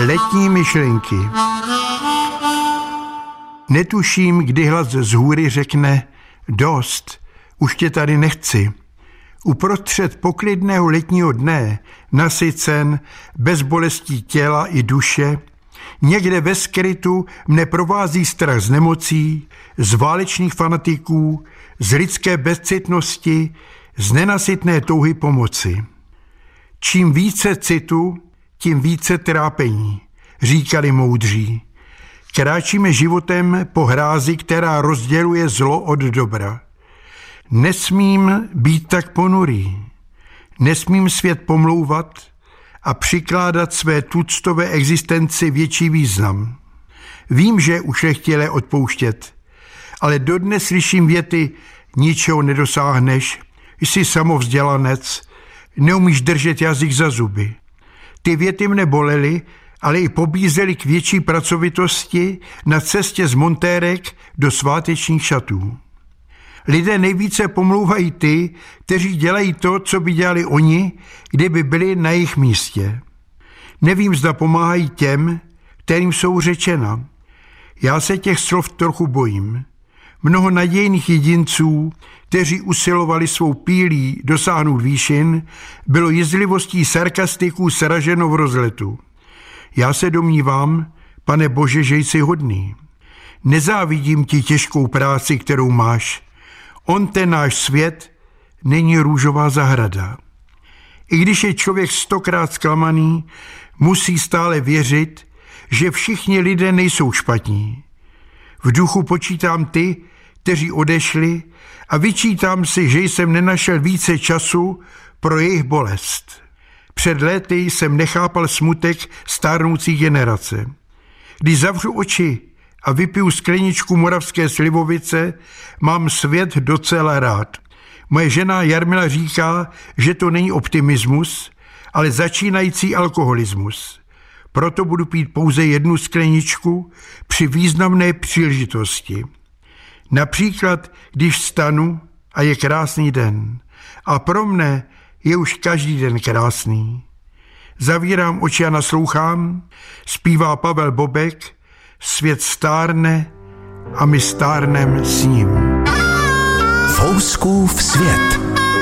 Letní myšlenky. Netuším, kdy hlas z hůry řekne dost, už tě tady nechci. Uprostřed poklidného letního dne, nasycen, bez bolestí těla i duše, někde ve skrytu mne provází strach z nemocí, z válečných fanatiků, z lidské bezcitnosti, z nenasytné touhy pomoci. Čím více citu, tím více trápení, říkali moudří. Kráčíme životem po hrázi, která rozděluje zlo od dobra. Nesmím být tak ponurý. Nesmím svět pomlouvat a přikládat své tuctové existenci větší význam. Vím, že je ušlechtilé odpouštět, ale dodnes slyším věty ničeho nedosáhneš, jsi samovzdělanec, neumíš držet jazyk za zuby. Ty věty mne bolely, ale i pobízely k větší pracovitosti na cestě z montérek do svátečních šatů. Lidé nejvíce pomlouvají ty, kteří dělají to, co by dělali oni, kdyby byli na jejich místě. Nevím, zda pomáhají těm, kterým jsou řečena. Já se těch slov trochu bojím. Mnoho nadějných jedinců, kteří usilovali svou pílí dosáhnout výšin, bylo jízlivostí sarkastiků sraženo v rozletu. Já se domnívám, Pane Bože, že jsi hodný. Nezávidím ti těžkou práci, kterou máš. On, ten náš svět, není růžová zahrada. I když je člověk 100krát zklamaný, musí stále věřit, že všichni lidé nejsou špatní. V duchu počítám ty, kteří odešli, a vyčítám si, že jsem nenašel více času pro jejich bolest. Před léty jsem nechápal smutek stárnoucí generace. Když zavřu oči a vypiju skleničku moravské slivovice, mám svět docela rád. Moje žena Jarmila říká, že to není optimismus, ale začínající alkoholismus. Proto budu pít pouze jednu skleničku při významné příležitosti. Například, když vstanu a je krásný den. A pro mne je už každý den krásný. Zavírám oči a naslouchám, zpívá Pavel Bobek, svět stárne a my stárnem s ním. Fouskův svět.